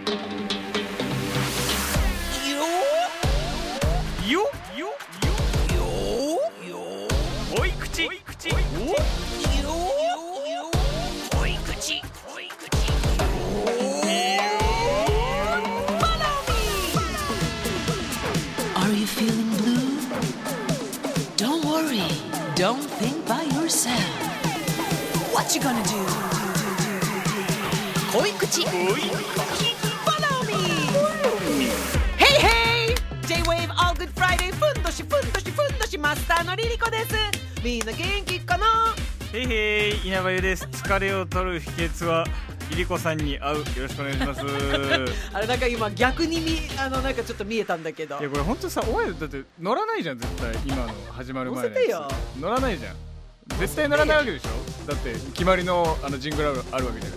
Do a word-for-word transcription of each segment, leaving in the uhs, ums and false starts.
よよよ濃い口濃い口濃い口 Are you feeling blue? Don't worry, don't think by yourself. What you gonna do? 濃い口 Follow me. Hey hey! J-Wave All Good Friday ふんどしふんどしふんどしマスターのリリコです。みんな元気かな？ へいへい、稲葉優です。疲れを取る秘訣はリリコさんに会う。よろしくお願いしますあれなんか今逆に見あのなんかちょっと見えたんだけど。 いやこれ本当さ、お前だって乗らないじゃん絶対。今の始まる前のやつ乗せてよ。 乗らないじゃん絶対乗らないわけでしょ。だって決まりのあのジングルあるわけだから。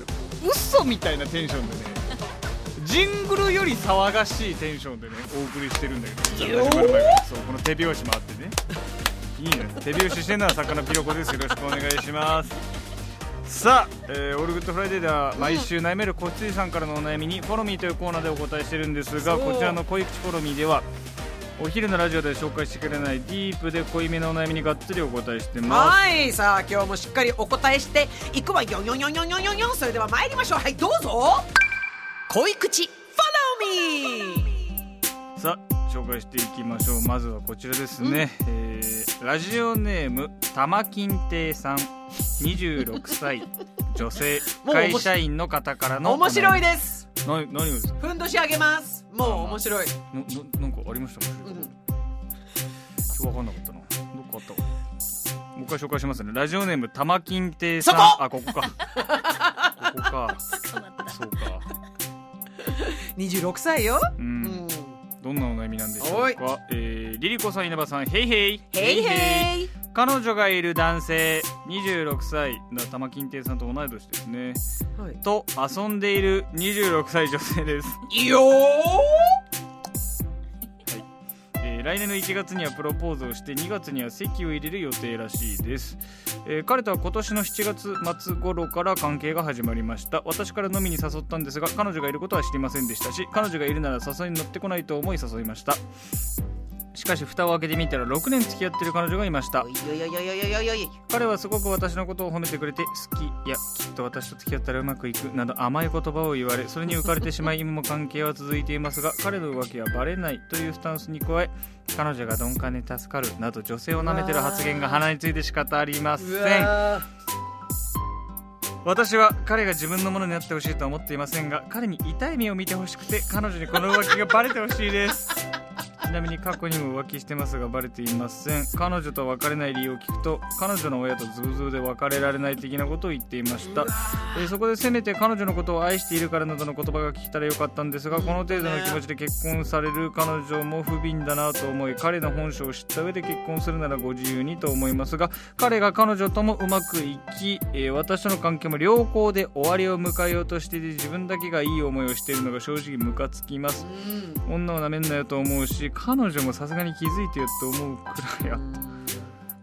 嘘みたいなテンションでねジングルより騒がしいテンションでねお送りしてるんだけど、始まる前からそうこの手拍子もあってねいいね。手拍子してるのは魚ピロコです。よろしくお願いします。さあ、えー、オールグッドフライデーでは毎週悩める子羊さんからのお悩みにフォロミーというコーナーでお答えしてるんですが、こちらの恋口フォロミーではお昼のラジオで紹介してくれないディープで濃いめのお悩みにがっつりお答えしてます。 はい、さあ今日もしっかりお答えしていくわよよよよよよよ。それでは参りましょう。はいどうぞ。恋口フォローミー。 さあ紹介していきましょう。まずはこちらですね、うんえー、ラジオネーム玉金亭さんにじゅうろくさい女性会社員の方からの面白いです。 な何をですか。 ふんどしあげます。もう面白い。 なななんかありましたか。うん、今日分かんなかったな。どっかあったか。もう一回紹介しますね。ラジオネーム玉金亭さん。 そこあここかここかそうかにじゅうろくさいよ。 うん、 うんどんなお悩みなんでしょうか。えー、リリコさん稲葉さんヘイヘイヘイヘイ。 彼女がいる男性にじゅうろくさいの玉金亭さんと同い年ですね、はい、と遊んでいるにじゅうろくさい女性です。 よー、 はいえー、来年のいちがつにはプロポーズをしてにがつには籍を入れる予定らしいです、えー、彼とは今年のしちがつ末頃から関係が始まりました。私から飲みに誘ったんですが彼女がいることは知りませんでしたし、彼女がいるなら誘いに乗ってこないと思い誘いました。しかし蓋を開けてみたらろくねん付き合ってる彼女がいました。彼はすごく私のことを褒めてくれて好き、いやきっと私と付き合ったらうまくいくなど甘い言葉を言われ、それに浮かれてしまい今も関係は続いていますが、彼の浮気はバレないというスタンスに加え、彼女が鈍感に助かるなど女性を舐めてる発言が鼻について仕方ありません。私は彼が自分のものになってほしいとは思っていませんが、彼に痛い目を見てほしくて彼女にこの浮気がバレてほしいですちなみに過去にも浮気してますがバレていません。彼女と別れない理由を聞くと、彼女の親とズブズブで別れられない的なことを言っていました、えー、そこでせめて彼女のことを愛しているからなどの言葉が聞けたらよかったんですが、この程度の気持ちで結婚される彼女も不憫だなと思い、彼の本性を知った上で結婚するならご自由にと思いますが、彼が彼女ともうまくいき、えー、私との関係も良好で終わりを迎えようとしていて、自分だけがいい思いをしているのが正直ムカつきます。女をなめんなよと思うし、彼女もさすがに気づいてよと思うくらいあった。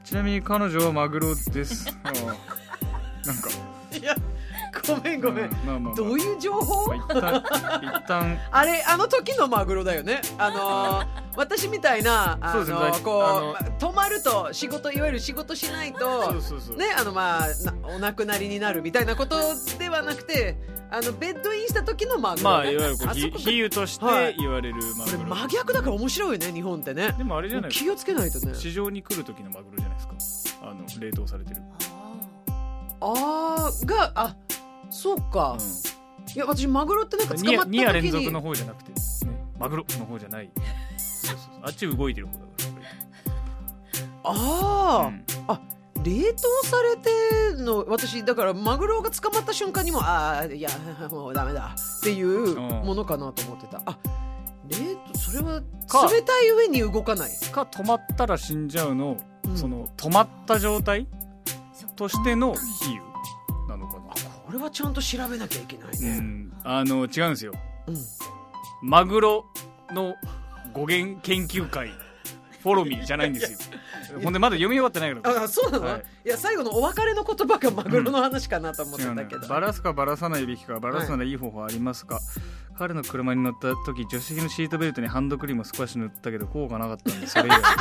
ちなみに彼女はマグロですあなんかいやごめんごめん、まあまあまあ、どういう情報、 まあ、一旦一旦あれあの時のマグロだよね。あのー、私みたいなあのー、こうあの泊まると仕事、いわゆる仕事しないとそうそうそうね、あのまあお亡くなりになるみたいなことではなくて、あのベッドインした時のマグロ、ね、 まあいわゆるこう比喩として言われるマグロ、 これ真逆だから面白いよね日本ってね。 でもあれじゃないですか、 気をつけないとね。 市場に来る時のマグロじゃないですか、あの冷凍されてる。 あーがあそうか、うん、いや私マグロってなんか捕まった時にに夜連続の方じゃなくて、ね、マグロの方じゃないそうそうそう、あっち動いてる方だから。 あー、 うん、 あ冷凍されての、私だからマグロが捕まった瞬間にもああいやもうダメだっていうものかなと思ってた。あ冷凍、それは冷たい上に動かないか、止まったら死んじゃうの、 うん、 その止まった状態としての比喩なのかな。 これはちゃんと調べなきゃいけないね、 うん、あの違うんですよ、 うん、 マグロの語源研究会フォロミーじゃないんですよほんでまだ読み終わってないから。 あ、そうなの、はい、いや最後のお別れの言葉がマグロの話かなと思ってたけど、 うん、バラすかバラさないべきか、バラすならいい方法ありますか、はい、 彼の車に乗った時助手席のシートベルトにハンドクリームを少し塗ったけど効果なかったんでそれ以外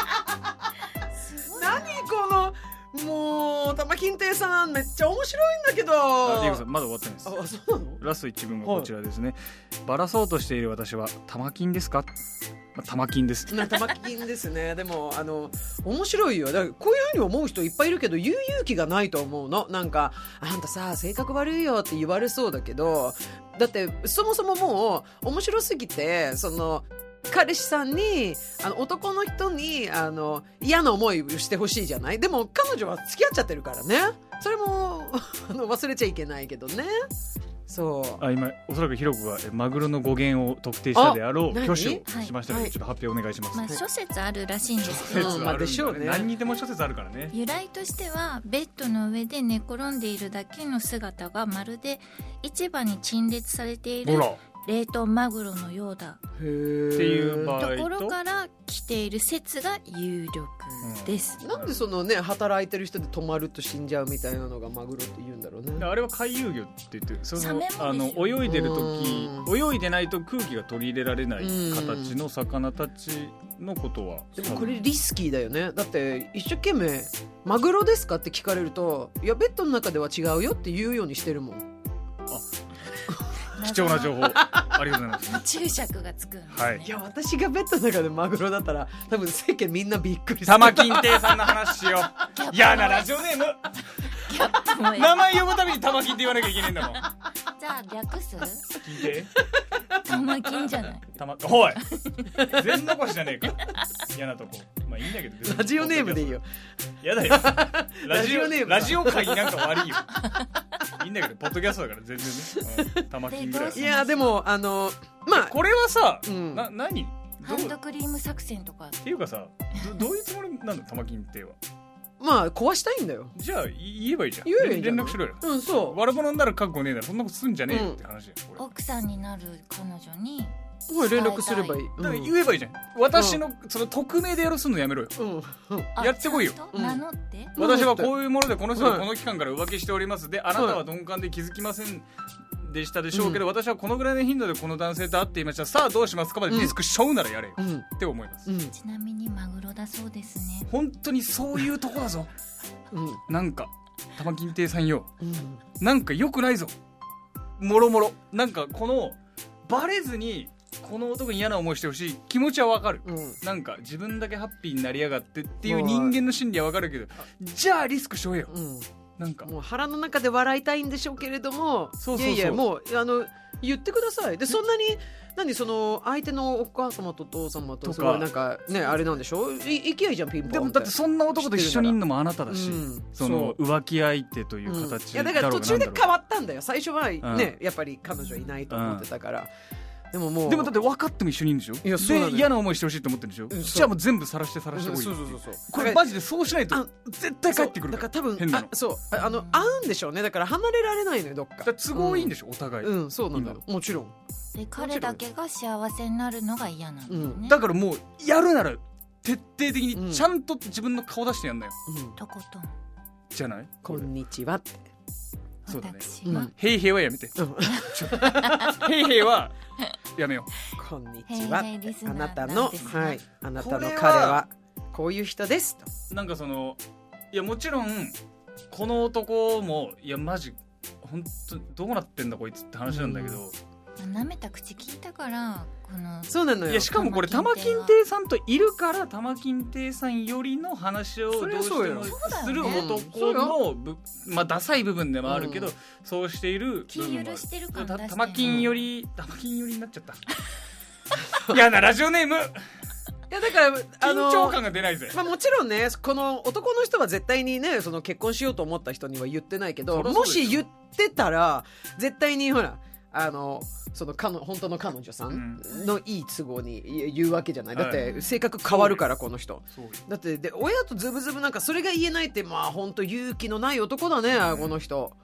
何このもう玉金亭さんめっちゃ面白いんだけど。 あ、リーグさんまだ終わってないです。 あ、そうなの。 ラスト一文がこちらですね、はい、バラそうとしている私は玉金ですか、まあ、玉金です玉金ですね。でもあの面白いよ。だからこういうふうに思う人いっぱいいるけど言う勇気がないと思うの。なんかあんたさ性格悪いよって言われそうだけど、だってそもそももう面白すぎてその彼氏さんにあの男の人にあの嫌な思いをしてほしいじゃない。でも彼女は付き合っちゃってるからね。それもあの忘れちゃいけないけどね。そうあ今おそらくひろこがマグロの語源を特定したであろう挙手をしましたので、はい、ちょっと発表お願いします、 まあ、諸説あるらしいんですけど、 諸説あるんだね、でしょうね、何にでも諸説あるからね。 由来としてはベッドの上で寝転んでいるだけの姿がまるで市場に陳列されている冷凍マグロのようだっていう場合とところから来ている説が有力です、 うん、なんでそのね働いてる人で止まると死んじゃうみたいなのがマグロって言うんだろうね。 あれは回遊魚って言ってそのあの泳いでる時泳いでないと空気が取り入れられない形の魚たちのことは。 でもこれリスキーだよね。だって一生懸命マグロですかって聞かれるといやベッドの中では違うよって言うようにしてるもん。あ貴重な情報ありがとうございます。 注釈がつくんですね、 はい、 いや私がベッドの中でマグロだったら多分世間みんなびっくりする。 玉金亭さんの話しよう。嫌なラジオネーム名前呼ぶたびに玉金って言わなきゃいけないんだもん。 じゃあ略す金亭玉金じゃない。 玉おい全残しじゃねえか。嫌なとこまあいいんだけどラジオネームでいいよ。 やだよラジオネームラジオ界なんか悪いよいいんだけどポッドキャストだから全然ね、うん、玉金ぐらい。 いやでもあのまあこれはさ、 うん、 な何ハンドクリーム作戦とかっていうかさ ど, どういうつもりなんだ玉金っては。 まあ壊したいんだよ。 じゃあ言えばいいじゃん。 言えばいいじゃん。 連絡しろよ。 うんそう悪者になる覚悟ねえならそんなことすんじゃねえよって話、 うん、奥さんになる彼女に連絡すればいい。 だから言えばいいじゃん。私のその匿名でやるすんのやめろよ、 うんうん、 やってこいよ。 名乗って、 うん、私はこういうものでこの人がこの期間から浮気しておりますで、あなたは鈍感で気づきませんでしたでしょうけど、うん、私はこのぐらいの頻度でこの男性と会っていました。さあどうしますかまでリスクしょうならやれよ、うん、って思います、うん、 ちなみにマグロだそうですね。 本当にそういうとこだぞ、うん、なんか玉金亭さんよ、うん、なんか良くないぞもろもろ。なんかこのバレずにこの男に嫌な思いしてほしい気持ちはわかる、うん、なんか自分だけハッピーになりやがってっていう人間の心理はわかるけど、じゃあリスクしようよ、うん、なんかもう腹の中で笑いたいんでしょうけれども、そうそうそう、いやいやもうあの言ってください。でそんなに何その相手のお母様とお父様とすごいなんかねあれなんでしょ。いきゃいいじゃんピンポンって。 でもだってそんな男と一緒にいるのもあなただし、うん、その浮気相手という形、 うん、いやだから途中で変わったんだよ。最初はね、うん、やっぱり彼女いないと思ってたから、うんでももうでもだって分かっても一緒にいるんでしょ。いやそうで嫌な思いしてほしいと思ってるんでしょ、うん、じゃあもう全部晒して晒してこいよ。そうそうそうそう。これマジでそうしないと絶対帰ってくるから。だから多分変なの。 あそうあの合うんでしょうね。だから離れられないのよどっか。 だ都合いいんでしょ、うん、お互い。 うんそうなんだよもちろん。 で彼だけが幸せになるのが嫌なんだよね、 うん、だからもうやるなら徹底的にちゃんと自分の顔出してやんなよ、 うん、とことんじゃない。 こんにちはってそうだね。ヘイヘイはやめて。ヘイヘイはやめよう。こんにちは。あなたのはいあなたの彼はこういう人ですと。 なんかそのいやもちろんこの男もいやマジ本当どうなってんだこいつって話なんだけど。 舐めた口聞いたからこのそうなのよ。 いやしかもこれ玉金亭さんといるから玉金亭さんよりの話をどうしてもする男のぶ、まあダサい部分でもあるけど、うん、そうしている気許してる感出して玉金より玉金よりになっちゃった嫌なラジオネーム。いやだからあの緊張感が出ないぜ。 まあ、もちろんねこの男の人は絶対にねその結婚しようと思った人には言ってないけど、もし言ってたら絶対にほらあのその彼本当の彼女さんのいい都合に言うわけじゃない。だって性格変わるからこの人。だってで親とズブズブなんかそれが言えないってまあ本当勇気のない男だねこの人。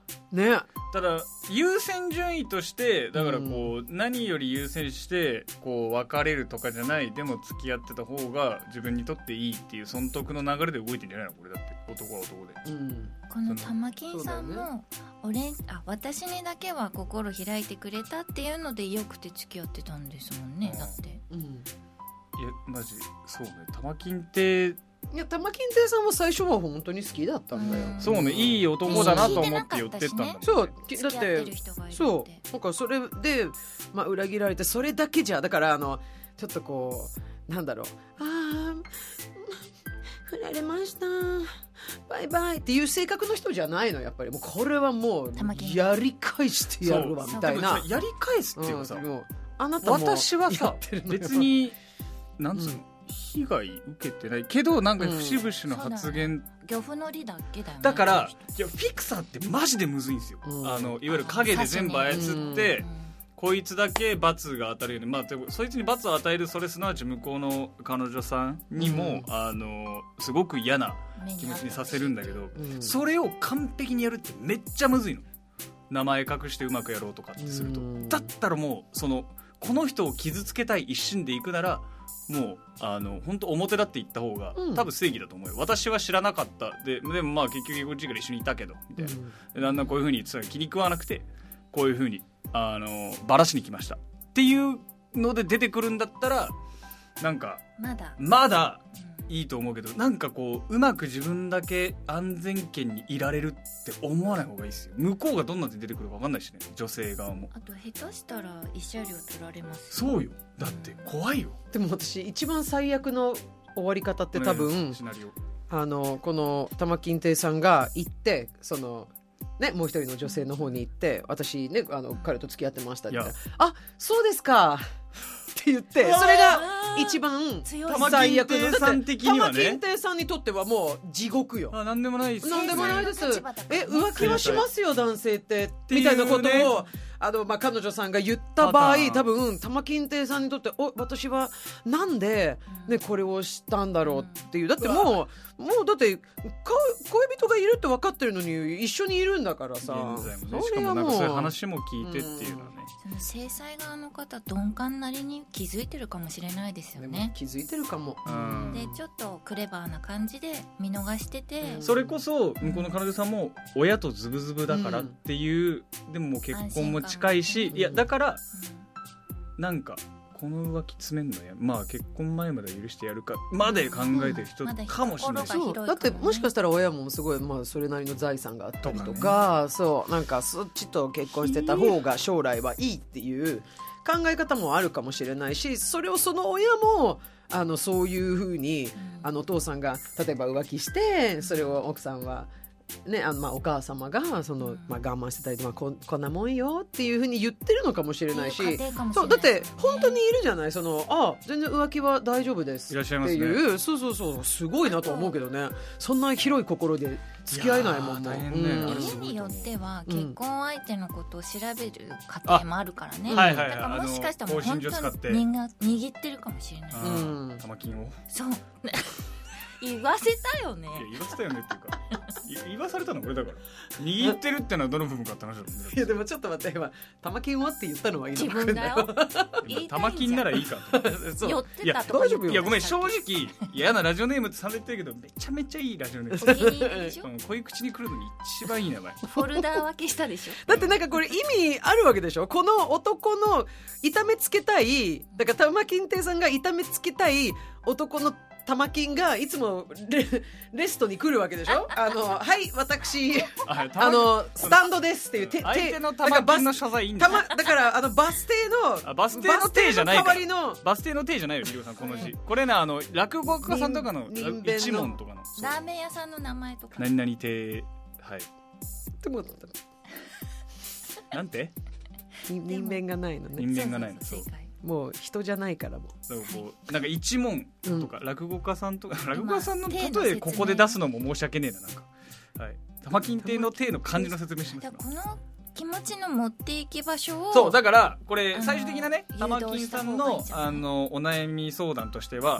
ね。 ただ優先順位としてだからこう、うん、何より優先してこう別れるとかじゃない、でも付き合ってた方が自分にとっていいっていう損得の流れで動いてんじゃないのこれ。だって男は男で、 うん、この玉金さんも、ね、俺あ私にだけは心開いてくれたっていうのでよくて付き合ってたんですもんね。だって、うん、いやマジそうね。玉金っていや玉金亭さんは最初は本当に好きだったんだよ。 そうね、いい男だなと思って言ってたんだ、ね、 そうだってそうなんかそれで、まあ、裏切られてそれだけじゃだからあのちょっとこうなんだろうあ振られましたバイバイっていう性格の人じゃないのやっぱり。もうこれはもうやり返してやるわみたいな。 やり返すっていうかさ、 うん、あなたも私はさ別になんつうの、うん被害受けてないけどなんか節々の発言、うん、 漁夫の利だけだよね。 だからいやフィクサーってマジでむずいんですよ、うん、あのいわゆる影で全部操って、うん、こいつだけ罰が当たるように、まあ、そいつに罰を与える、それすなわち向こうの彼女さんにも、うん、あのすごく嫌な気持ちにさせるんだけど、うん、それを完璧にやるってめっちゃむずいの。名前隠してうまくやろうとかってすると、うん、だったらもうそのこの人を傷つけたい一心でいくならもうあの本当表だって言った方が、うん、多分正義だと思うよ。私は知らなかったで、でもまあ結局こっちから一緒にいたけどみたいな、うん、だんだんこういう風に言ってたら気に食わなくてこういう風にあのバラしに来ましたっていうので出てくるんだったらなんかまだまだいいと思うけど、なんかこううまく自分だけ安全圏にいられるって思わない方がいいですよ。向こうがどんなで出てくるか分かんないしね、女性側も。 あと下手したら慰謝料取られます、 ね、そうよ、だって怖いよ。 でも私一番最悪の終わり方って多分、シナリオあのこの玉金亭さんが行ってそのね、もう一人の女性の方に行って私ねあの彼と付き合ってましたって言ったら、あそうですかって言って、それが一番最悪の。 玉金亭さん的にはね、 玉金亭さんにとってはもう地獄よ。 あ、なんでもないです。 なんでもないです。え、浮気はしますよ男性ってみたいなことをあの、まあ、彼女さんが言った場合、多分玉金亭さんにとってお私はなんで、ね、これをしたんだろうっていう。だってもう、もうだって恋人がいるって分かってるのに一緒にいるんだからさ。 現在もね、しかもなんかそういう話も聞いてっていうのはね、 その制裁側の方鈍感なりに気づいてるかもしれないですよね。 気づいてるかも。 でちょっとクレバーな感じで見逃してて、 それこそ向こうの彼女さんも親とズブズブだからっていう、うん、でももう結婚も近いし、いやだから、うん、なんかこの浮気詰めんのや、まあ結婚前まで許してやるかまで考えてる人かもしれない、うん、 そうだってもしかしたら親もすごい、まあ、それなりの財産があったりとか、ね、そうなんかそっちと結婚してた方が将来はいいっていう考え方もあるかもしれないし、それをその親もあのそういうふうに、うん、あのお父さんが例えば浮気してそれを奥さんはね、あのまあお母様がその、まあ、我慢してたりとか こ, こんなもんよっていうふうに言ってるのかもしれないし、そうだって本当にいるじゃない、そのあ全然浮気は大丈夫ですっていう、ね、そうそうそうすごいなと思うけどね、そんな広い心で付き合えないもんね。 家によっては結婚相手のことを調べる家庭もあるからね、うん、だからもしかしたらもう本当に握ってるかもしれない、 うん、玉金をそう言わせたよね。いや言わせたよねっていうか言わされたのこれだから握ってるってのはどの部分かって話だもんね。 いやでもちょっと待って、今玉金はって言ったのはいいのか自分だよ玉金ならいいか寄ってたとかいやいやごめん正直嫌なラジオネームってされてるけどめちゃめちゃいいラジオネーム、うん、こういう口に来るのに一番いい名前フォルダー分けしたでしょだってなんかこれ意味あるわけでしょ。この男の痛めつけたいだから玉金亭さんが痛めつけたい男の玉金がいつも レ, レストに来るわけでしょあのはい私あのスタンドですっていう手相手の玉金の謝罪いいんだよ。 だからあのバス停のバス停の手じゃないからバス停の手じゃないよリオさんこの字、うん、これねあの落語家さんとかの一門とかのラーメン屋さんの名前とか何々亭はいでもなんて人弁がないのね。 人弁がないのそうもう人じゃないからもそうこうなんか一問とか、うん、落語家さんとか落語家さんのことでここで出すのも申し訳ねえななんか、はい、玉金亭の亭の漢字の説明しますこの気持ちの持っていき場所をそうだからこれ最終的なね玉金さんのあのお悩み相談としては、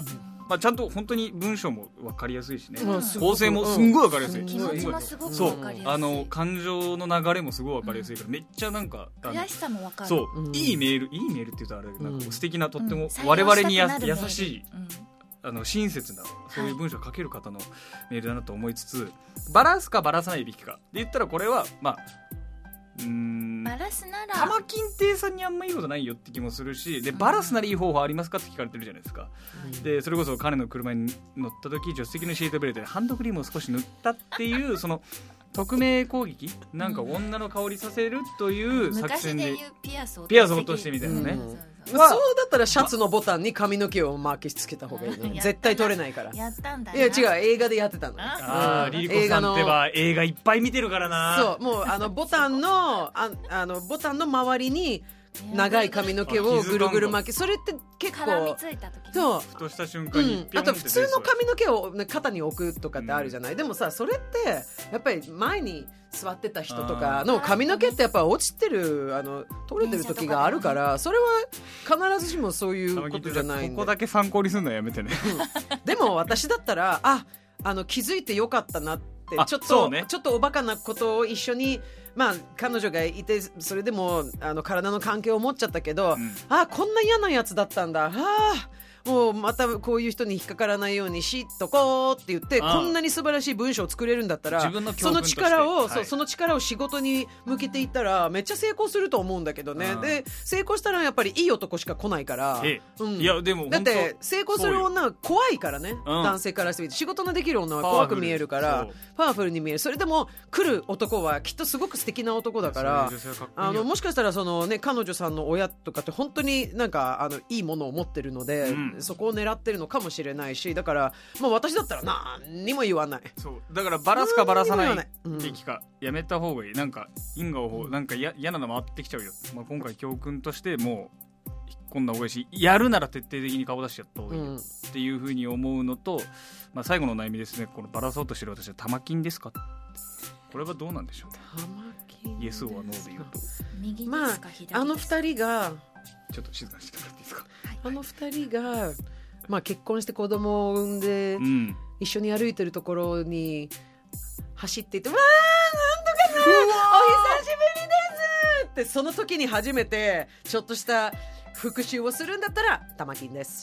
まあ、ちゃんと本当に文章も分かりやすいしね、 うん、 構成もすんごい分かりやすい、 うん、 気持ちもすごくそう分かりやすい、 あの感情の流れもすごい分かりやすいから、うん、めっちゃなんか悔しさも分かる、 そう、うん、いいメールいいメールって言うとあれだけど、なんか素敵なとっても我々にや、うん、優しい、うん、あの親切なそういう文章を書ける方のメールだなと思いつつ、はい、バラすかバラさないべきかで言ったらこれはまあうーんバラすなら玉金亭さんにあんまいいことないよって気もするし、でバラすならいい方法ありますかって聞かれてるじゃないですか、うん、でそれこそ彼の車に乗った時助手席のシートベルトでハンドクリームを少し塗ったっていうその匿名攻撃なんか女の香りさせるという作戦で、 昔で言うピアスをピアスを落としてみたいなね、 うんそうだったらシャツのボタンに髪の毛を巻きつけた方がいいね。絶対取れないから。 やったんだな。 いや違う、映画でやってたの。 ああ、リリコさんってば映画いっぱい見てるからな。 そうもうあのボタンのああのボタンの周りに長い髪の毛をぐるぐる巻き、それって結構絡みついた時、 そうふとした瞬間に、 うん、あと普通の髪の毛を肩に置くとかってあるじゃない、うん、でもさそれってやっぱり前に座ってた人とかの髪の毛ってやっぱ落ちてるあの取れてる時があるから、それは必ずしもそういうことじゃないんで、 ここだけ参考にするのはやめてね、 うん、でも私だったらああの気づいてよかったなってちょっと、ね、ちょっとおバカなことを一緒にまあ、彼女がいてそれでもあの体の関係を持っちゃったけど、うん、あこんな嫌なやつだったんだ、あもうまたこういう人に引っかからないようにしとこうって言ってこんなに素晴らしい文章を作れるんだったら自分のその力を、 はい、 そ, その力を仕事に向けていったらめっちゃ成功すると思うんだけどね。で成功したらやっぱりいい男しか来ないから、 ええ、うん、いやでもだって成功する女は怖いからね、うん、男性からして仕事のできる女は怖く見えるからパワフルに見える。それでも来る男はきっとすごく素敵な男だからあのもしかしたらその、ね、彼女さんの親とかって本当になんかあのいいものを持ってるので、うん、そこを狙ってるのかもしれないし、だから、まあ、私だったら何にも言わない。 そうだからバラすかバラさないべきかやめた方がいい。なんか因果をなんか嫌なの回ってきちゃうよ、まあ、今回教訓としてもう引っ込んだ方がいいし、やるなら徹底的に顔出しちゃった方がいいよっていうふうに思うのと、まあ、最後の悩みですね。このバラそうとしてる私は玉金ですか、これはどうなんでしょうね。 玉金イエスオアノーで言うと右ですか、 まあ、 左ですか。 あの二人がちょっと静かにしてもらっていいですか。 あの二人がまあ、結婚して子供を産んで、うん、一緒に歩いてるところに走っていって、わーなんとかなお久しぶりですってその時に初めてちょっとした復習をするんだったら玉金です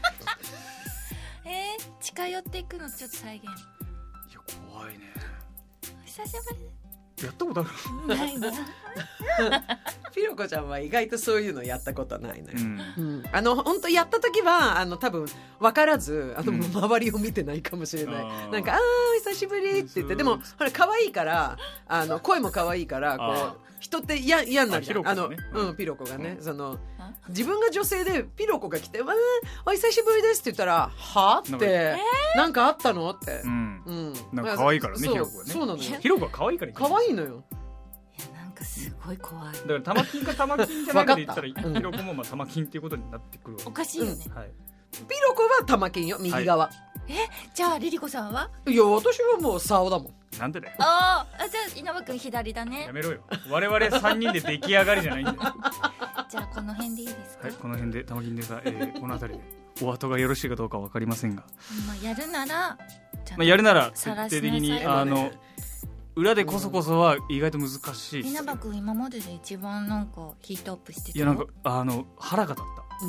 えー、近寄っていくのちょっと再現。いや怖いね。 お久しぶりです。 やったことあるないなピロコちゃんは意外とそういうのやったことないね、うんうん、あの本当やった時はあの多分分からずあの、うん、周りを見てないかもしれない。なんかあー久しぶりって言ってでもほら可愛いからあの声も可愛いからこう人って嫌になるじゃん。あの、うん、ピロコがね、うん、その自分が女性でピロコが来てわーお久しぶりですって言ったらはって、えー、なんかあったのって、うんうん、なんか可愛いからねヒロコがね。 そうなのよ。 ヒロコは可愛いから可愛いのよ。 いやなんかすごい怖い。 だから玉金か玉金じゃないかで言ったらヒロコもまあ玉金っていうことになってくるわけ。 おかしいよね、 うんはい、 ピロコは玉金よ右側、はい、 えじゃあリリコさんは。 いや私はもう竿だもん。 なんでだよ。 ああじゃあ稲葉くん左だね。 やめろよ。我々さんにんで出来上がりじゃないんだよじゃあこの辺でいいですか。 はいこの辺で玉金でさ、えー、この辺りでお後がよろしいかどうか分かりませんが、 まあ、やるならまあ、やるなら徹底的にあの裏でこそこそは意外と難しい。 稲葉くん今までで一番なんかヒートアップしてた。 いやなんかあの腹が立った、うん、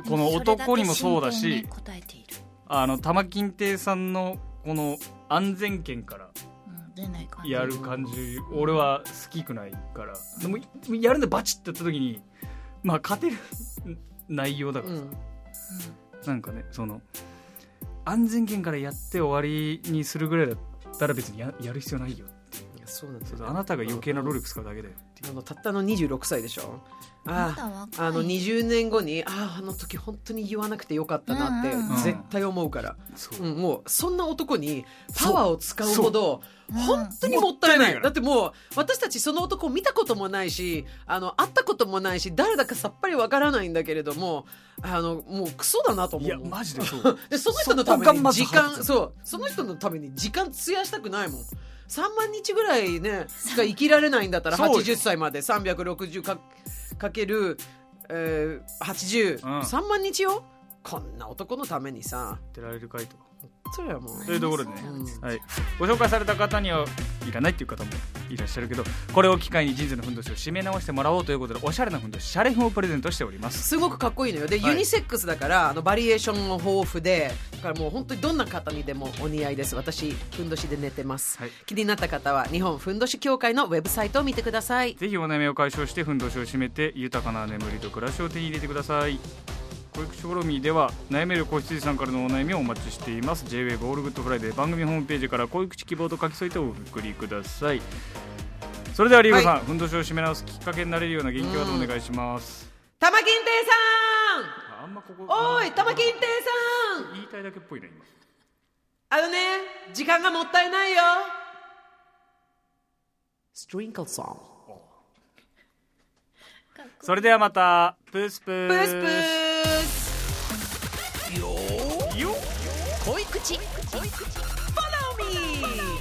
この男にもそうだし答えているあの玉金亭さんのこの安全圏からやる感じ、うん、俺は好きくないから、でもやるんでバチッてやった時にまあ勝てる内容だからさ、うんうん、なんかねその安全圏からやって終わりにするぐらいだったら別に や, やる必要ないよっていう。いやそうなんですよ。あなたが余計な労力使うだけだよっていう。 あのたったのにじゅうろくさいでしょ。あああのにじゅうねんごにああの時本当に言わなくてよかったなって絶対思うから、うんうん、もうそんな男にパワーを使うほど本当にもったいない、うん、だってもう私たちその男を見たこともないしあの会ったこともないし誰だかさっぱりわからないんだけれどもあのもうクソだなと思う。いやマジでそうでその人のために時間そうその人のために時間費やしたくないもん。さんまんにちぐらいねしか生きられないんだったらはちじゅっさいまでさんびゃくろくじゅうかかける、えー、はちじゅう、うん、さんまんにちよ。 こんな男のためにさ言ってられるかいと。 それはもうというところでね、 うんはい、ご紹介された方にはいらないっていう方もいらっしゃるけど、これを機会に人生のふんどしを締め直してもらおうということで、おしゃれなふんどしシャレふんをプレゼントしております。 すごくかっこいいのよ。で、 はい、 ユニセックスだからあのバリエーションも豊富で、だからもう本当にどんな方にでもお似合いです。私ふんどしで寝てます、はい、気になった方は日本ふんどし協会のウェブサイトを見てください。 ぜひお悩みを解消してふんどしを締めて豊かな眠りと暮らしを手に入れてください。保育所ごろみでは悩める子羊さんからのお悩みをお待ちしています。 ジェイウェーブ オールグッドフライデー番組ホームページから保育士希望と書き添えてお送りください。それではリーゴさん、はい、ふんどしを締め直すきっかけになれるような元気ワードお願いします。 玉金亭さん、 あんまここおい玉金亭さん、 言いたいだけっぽいね今。 あのね、時間がもったいないよ。ストリンクルソング。 それではまた。プースプースプースプース。 よーよ恋口恋口 Follow me